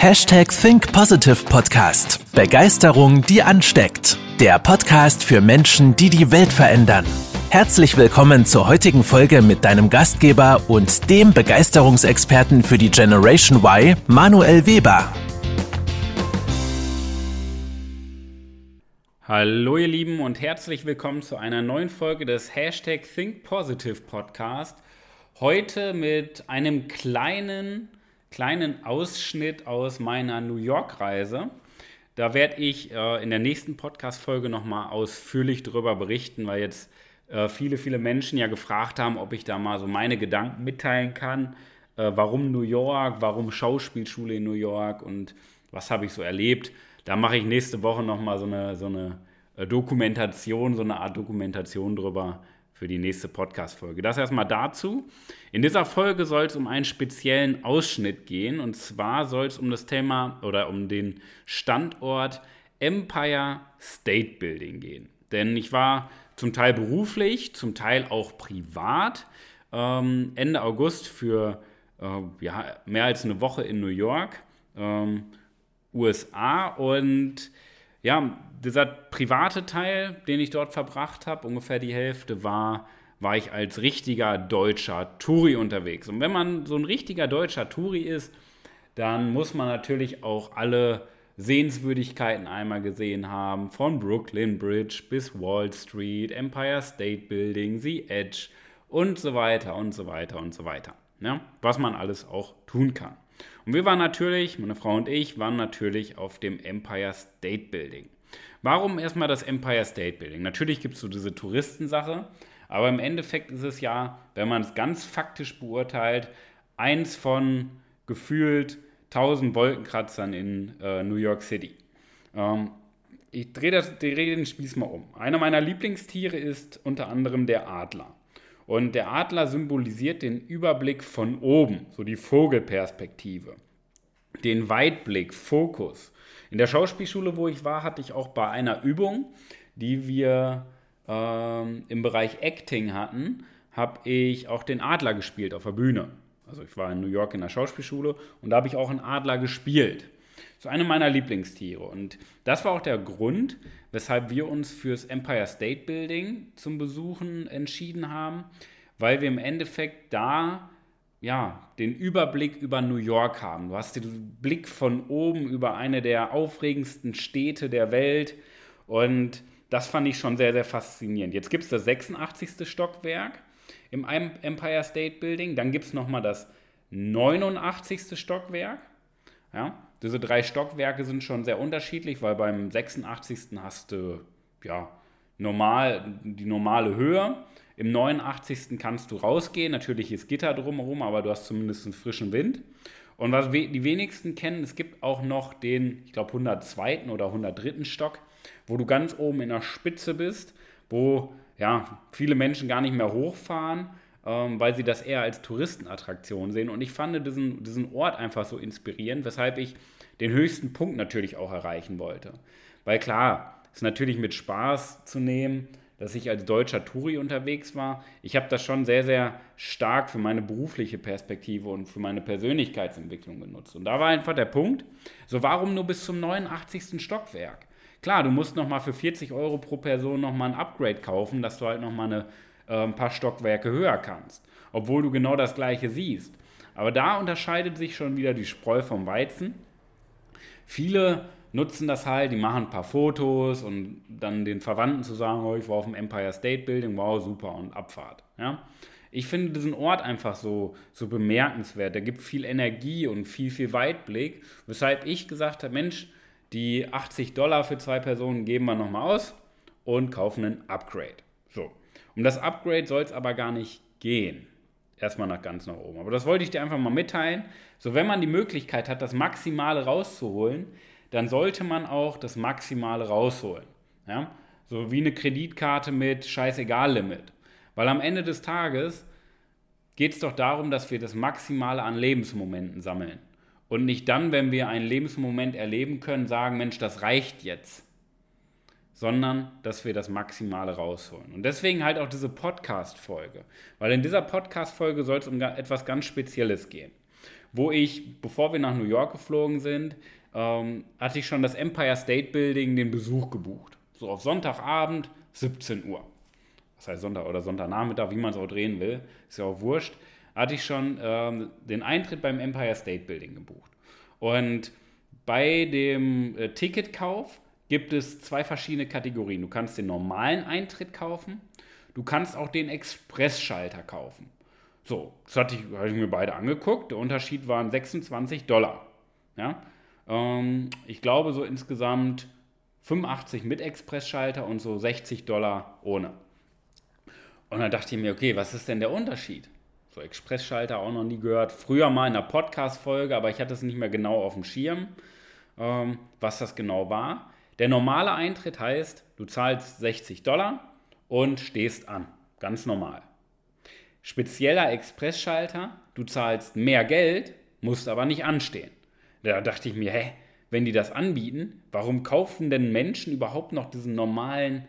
#ThinkPositivePodcast. Begeisterung, die ansteckt. Der Podcast für Menschen, die die Welt verändern. Herzlich willkommen zur heutigen Folge mit deinem Gastgeber und dem Begeisterungsexperten für die Generation Y, Manuel Weber. Hallo ihr Lieben und herzlich willkommen zu einer neuen Folge des #ThinkPositivePodcast. Heute mit einem kleinen Ausschnitt aus meiner New York-Reise. Da werde ich in der nächsten Podcast-Folge nochmal ausführlich darüber berichten, weil jetzt viele Menschen ja gefragt haben, ob ich da mal so meine Gedanken mitteilen kann. Warum New York, warum Schauspielschule in New York und was habe ich so erlebt. Da mache ich nächste Woche nochmal so eine Dokumentation, so eine Art Dokumentation drüber für die nächste Podcast-Folge. Das erstmal dazu. In dieser Folge soll es um einen speziellen Ausschnitt gehen, und zwar soll es um das Thema oder um den Standort Empire State Building gehen. Denn ich war zum Teil beruflich, zum Teil auch privat Ende August für mehr als eine Woche in New York, USA, und ja, dieser private Teil, den ich dort verbracht habe, ungefähr die Hälfte, war ich als richtiger deutscher Touri unterwegs. Und wenn man so ein richtiger deutscher Touri ist, dann muss man natürlich auch alle Sehenswürdigkeiten einmal gesehen haben, von Brooklyn Bridge bis Wall Street, Empire State Building, The Edge und so weiter und so weiter und so weiter. Ja, was man alles auch tun kann. Und wir waren natürlich, meine Frau und ich, waren natürlich auf dem Empire State Building. Warum erstmal das Empire State Building? Natürlich gibt es so diese Touristensache, aber im Endeffekt ist es ja, wenn man es ganz faktisch beurteilt, eins von gefühlt 1000 Wolkenkratzern in New York City. Ich drehe den Spieß mal um. Einer meiner Lieblingstiere ist unter anderem der Adler. Und der Adler symbolisiert den Überblick von oben, so die Vogelperspektive, den Weitblick, Fokus. In der Schauspielschule, wo ich war, hatte ich auch bei einer Übung, die wir im Bereich Acting hatten, habe ich auch den Adler gespielt auf der Bühne. Also ich war in New York in der Schauspielschule und da habe ich auch einen Adler gespielt. Das ist eine meiner Lieblingstiere. Und das war auch der Grund, weshalb wir uns fürs Empire State Building zum Besuchen entschieden haben, weil wir im Endeffekt da den Überblick über New York haben. Du hast den Blick von oben über eine der aufregendsten Städte der Welt, und das fand ich schon sehr, sehr faszinierend. Jetzt gibt es das 86. Stockwerk im Empire State Building, dann gibt es nochmal das 89. Stockwerk. Ja, diese 3 Stockwerke sind schon sehr unterschiedlich, weil beim 86. hast du die normale Höhe. Im 89. kannst du rausgehen, natürlich ist Gitter drumherum, aber du hast zumindest einen frischen Wind. Und was die wenigsten kennen, es gibt auch noch den, ich glaube, 102. oder 103. Stock, wo du ganz oben in der Spitze bist, wo viele Menschen gar nicht mehr hochfahren, weil sie das eher als Touristenattraktion sehen. Und ich fand diesen Ort einfach so inspirierend, weshalb ich den höchsten Punkt natürlich auch erreichen wollte. Weil klar, es ist natürlich mit Spaß zu nehmen, dass ich als deutscher Touri unterwegs war. Ich habe das schon sehr, sehr stark für meine berufliche Perspektive und für meine Persönlichkeitsentwicklung genutzt. Und da war einfach der Punkt, so warum nur bis zum 89. Stockwerk? Klar, du musst nochmal für 40 € pro Person nochmal ein Upgrade kaufen, dass du halt nochmal ein paar Stockwerke höher kannst, obwohl du genau das Gleiche siehst. Aber da unterscheidet sich schon wieder die Spreu vom Weizen. Viele nutzen das halt, die machen ein paar Fotos und dann den Verwandten zu sagen, ich war auf dem Empire State Building, wow, super, und Abfahrt. Ja? Ich finde diesen Ort einfach so bemerkenswert, der gibt viel Energie und viel Weitblick, weshalb ich gesagt habe, Mensch, die $80 für 2 Personen geben wir nochmal aus und kaufen ein Upgrade. So. Um das Upgrade soll es aber gar nicht gehen. Erstmal ganz nach oben. Aber das wollte ich dir einfach mal mitteilen. So, wenn man die Möglichkeit hat, das Maximale rauszuholen, dann sollte man auch das Maximale rausholen. Ja? So wie eine Kreditkarte mit Scheißegal-Limit. Weil am Ende des Tages geht es doch darum, dass wir das Maximale an Lebensmomenten sammeln. Und nicht dann, wenn wir einen Lebensmoment erleben können, sagen, Mensch, das reicht jetzt. Sondern, dass wir das Maximale rausholen. Und deswegen halt auch diese Podcast-Folge. Weil in dieser Podcast-Folge soll es um etwas ganz Spezielles gehen. wo ich, bevor wir nach New York geflogen sind, hatte ich schon das Empire State Building den Besuch gebucht. So auf Sonntagabend, 17 Uhr. Das heißt Sonntag oder Sonntagnachmittag, wie man es auch drehen will, ist ja auch wurscht, hatte ich schon den Eintritt beim Empire State Building gebucht. Und bei dem Ticketkauf gibt es 2 verschiedene Kategorien. Du kannst den normalen Eintritt kaufen, du kannst auch den Expressschalter kaufen. So, das hatte ich mir beide angeguckt. Der Unterschied waren $26. Ja? Ich glaube so insgesamt 85 mit Expressschalter und so $60 ohne. Und dann dachte ich mir, okay, was ist denn der Unterschied? So Expressschalter auch noch nie gehört. Früher mal in einer Podcast-Folge, aber ich hatte es nicht mehr genau auf dem Schirm, was das genau war. Der normale Eintritt heißt, du zahlst $60 und stehst an. Ganz normal. Spezieller Expressschalter, du zahlst mehr Geld, musst aber nicht anstehen. Da dachte ich mir, wenn die das anbieten, warum kaufen denn Menschen überhaupt noch diesen normalen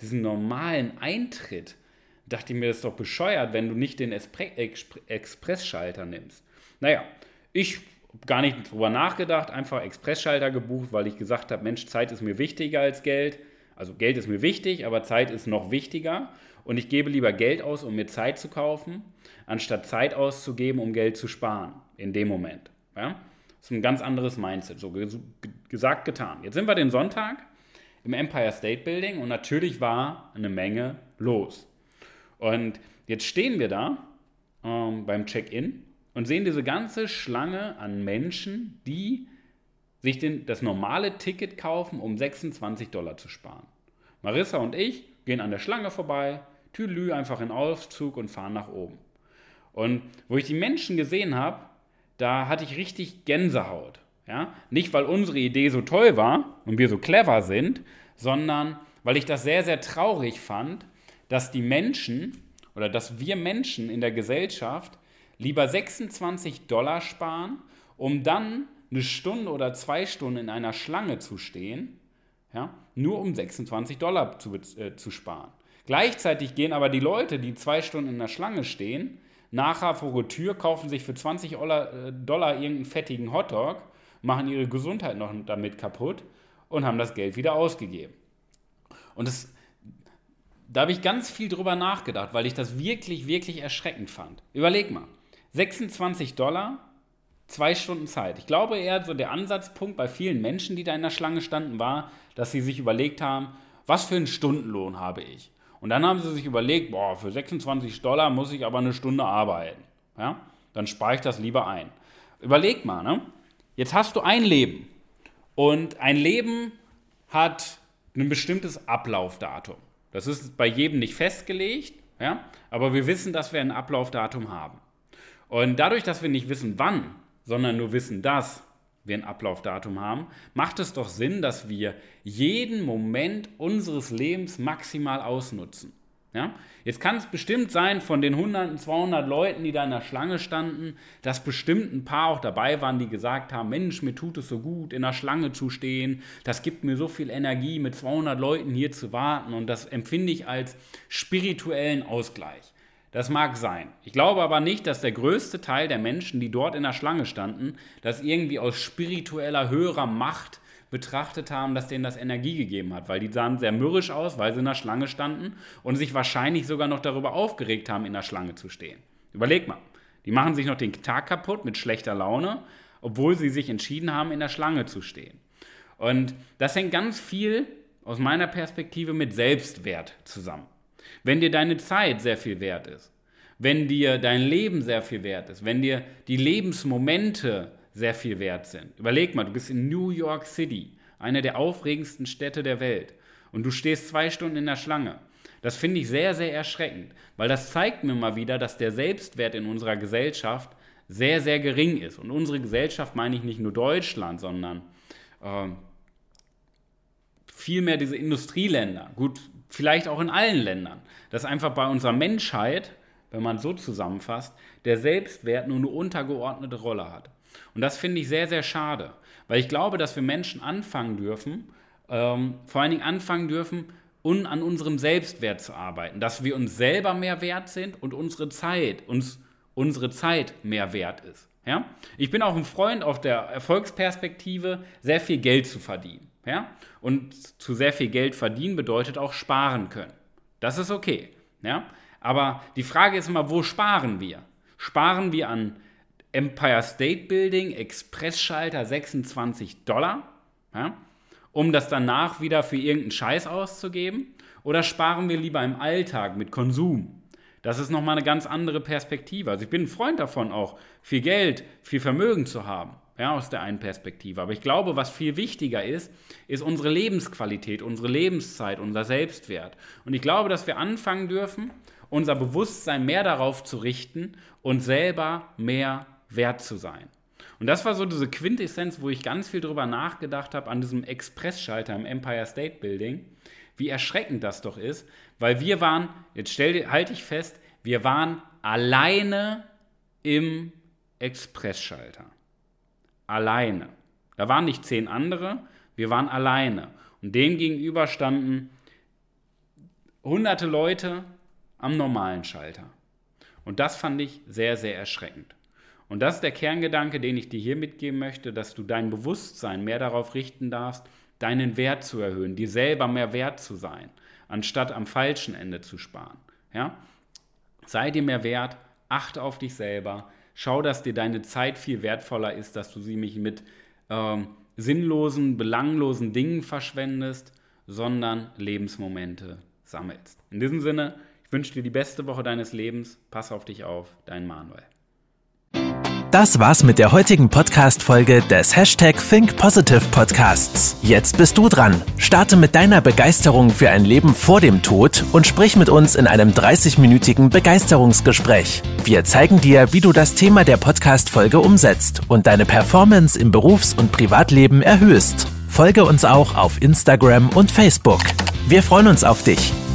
Eintritt? Dachte ich mir, das ist doch bescheuert, wenn du nicht den Expressschalter nimmst. Naja, ich habe gar nicht drüber nachgedacht, einfach Expressschalter gebucht, weil ich gesagt habe, Mensch, Zeit ist mir wichtiger als Geld. Also Geld ist mir wichtig, aber Zeit ist noch wichtiger. Und ich gebe lieber Geld aus, um mir Zeit zu kaufen, anstatt Zeit auszugeben, um Geld zu sparen. In dem Moment. Ja? Das ist ein ganz anderes Mindset. So gesagt, getan. Jetzt sind wir den Sonntag im Empire State Building und natürlich war eine Menge los. Und jetzt stehen wir da beim Check-in und sehen diese ganze Schlange an Menschen, die sich das normale Ticket kaufen, um $26 zu sparen. Marissa und ich gehen an der Schlange vorbei, tüdelü, einfach in Aufzug und fahren nach oben. Und wo ich die Menschen gesehen habe, da hatte ich richtig Gänsehaut. Ja? Nicht, weil unsere Idee so toll war und wir so clever sind, sondern weil ich das sehr, sehr traurig fand, dass die Menschen oder dass wir Menschen in der Gesellschaft lieber $26 sparen, um dann eine Stunde oder 2 Stunden in einer Schlange zu stehen, ja, nur um $26 zu sparen. Gleichzeitig gehen aber die Leute, die 2 Stunden in der Schlange stehen, nachher vor der Tür, kaufen sich für $20 irgendeinen fettigen Hotdog, machen ihre Gesundheit noch damit kaputt und haben das Geld wieder ausgegeben. Und da habe ich ganz viel drüber nachgedacht, weil ich das wirklich, wirklich erschreckend fand. Überleg mal, $26, 2 Stunden Zeit. Ich glaube eher so der Ansatzpunkt bei vielen Menschen, die da in der Schlange standen, war, dass sie sich überlegt haben, was für einen Stundenlohn habe ich? Und dann haben sie sich überlegt, für $26 muss ich aber eine Stunde arbeiten. Ja? Dann spare ich das lieber ein. Überleg mal, ne? Jetzt hast du ein Leben. Und ein Leben hat ein bestimmtes Ablaufdatum. Das ist bei jedem nicht festgelegt, ja? Aber wir wissen, dass wir ein Ablaufdatum haben. Und dadurch, dass wir nicht wissen, wann, sondern nur wissen, dass wir ein Ablaufdatum haben, macht es doch Sinn, dass wir jeden Moment unseres Lebens maximal ausnutzen. Ja? Jetzt kann es bestimmt sein, von den 100, 200 Leuten, die da in der Schlange standen, dass bestimmt ein paar auch dabei waren, die gesagt haben, Mensch, mir tut es so gut, in der Schlange zu stehen, das gibt mir so viel Energie, mit 200 Leuten hier zu warten und das empfinde ich als spirituellen Ausgleich. Das mag sein. Ich glaube aber nicht, dass der größte Teil der Menschen, die dort in der Schlange standen, das irgendwie aus spiritueller, höherer Macht betrachtet haben, dass denen das Energie gegeben hat, weil die sahen sehr mürrisch aus, weil sie in der Schlange standen und sich wahrscheinlich sogar noch darüber aufgeregt haben, in der Schlange zu stehen. Überleg mal, die machen sich noch den Tag kaputt mit schlechter Laune, obwohl sie sich entschieden haben, in der Schlange zu stehen. Und das hängt ganz viel aus meiner Perspektive mit Selbstwert zusammen. Wenn dir deine Zeit sehr viel wert ist, wenn dir dein Leben sehr viel wert ist, wenn dir die Lebensmomente sehr viel wert sind. Überleg mal, du bist in New York City, einer der aufregendsten Städte der Welt, und du stehst 2 Stunden in der Schlange. Das finde ich sehr, sehr erschreckend, weil das zeigt mir mal wieder, dass der Selbstwert in unserer Gesellschaft sehr, sehr gering ist. Und unsere Gesellschaft meine ich nicht nur Deutschland, sondern vielmehr diese Industrieländer. Gut, vielleicht auch in allen Ländern. Dass einfach bei unserer Menschheit, wenn man so zusammenfasst, der Selbstwert nur eine untergeordnete Rolle hat. Und das finde ich sehr, sehr schade, weil ich glaube, dass wir Menschen anfangen dürfen, vor allen Dingen anfangen dürfen, an unserem Selbstwert zu arbeiten, dass wir uns selber mehr wert sind und unsere Zeit mehr wert ist. Ja? Ich bin auch ein Freund auf der Erfolgsperspektive, sehr viel Geld zu verdienen. Ja? Und zu sehr viel Geld verdienen bedeutet auch sparen können. Das ist okay. Ja? Aber die Frage ist immer, wo sparen wir? Sparen wir an Empire State Building, Expressschalter $26, ja? Um das danach wieder für irgendeinen Scheiß auszugeben? Oder sparen wir lieber im Alltag mit Konsum? Das ist nochmal eine ganz andere Perspektive. Also ich bin ein Freund davon, auch viel Geld, viel Vermögen zu haben, ja, aus der einen Perspektive. Aber ich glaube, was viel wichtiger ist unsere Lebensqualität, unsere Lebenszeit, unser Selbstwert. Und ich glaube, dass wir anfangen dürfen, unser Bewusstsein mehr darauf zu richten, uns selber mehr wert zu sein. Und das war so diese Quintessenz, wo ich ganz viel drüber nachgedacht habe an diesem Expressschalter im Empire State Building, wie erschreckend das doch ist, weil wir waren, jetzt halte ich fest, wir waren alleine im Expressschalter. Alleine. Da waren nicht 10 andere, wir waren alleine. Und denen gegenüber standen hunderte Leute am normalen Schalter. Und das fand ich sehr, sehr erschreckend. Und das ist der Kerngedanke, den ich dir hier mitgeben möchte, dass du dein Bewusstsein mehr darauf richten darfst, deinen Wert zu erhöhen, dir selber mehr wert zu sein, anstatt am falschen Ende zu sparen. Ja? Sei dir mehr wert, achte auf dich selber, schau, dass dir deine Zeit viel wertvoller ist, dass du sie nicht mit sinnlosen, belanglosen Dingen verschwendest, sondern Lebensmomente sammelst. In diesem Sinne, ich wünsche dir die beste Woche deines Lebens. Pass auf dich auf, dein Manuel. Das war's mit der heutigen Podcast-Folge des #ThinkPositive Podcasts. Jetzt bist du dran. Starte mit deiner Begeisterung für ein Leben vor dem Tod und sprich mit uns in einem 30-minütigen Begeisterungsgespräch. Wir zeigen dir, wie du das Thema der Podcast-Folge umsetzt und deine Performance im Berufs- und Privatleben erhöhst. Folge uns auch auf Instagram und Facebook. Wir freuen uns auf dich.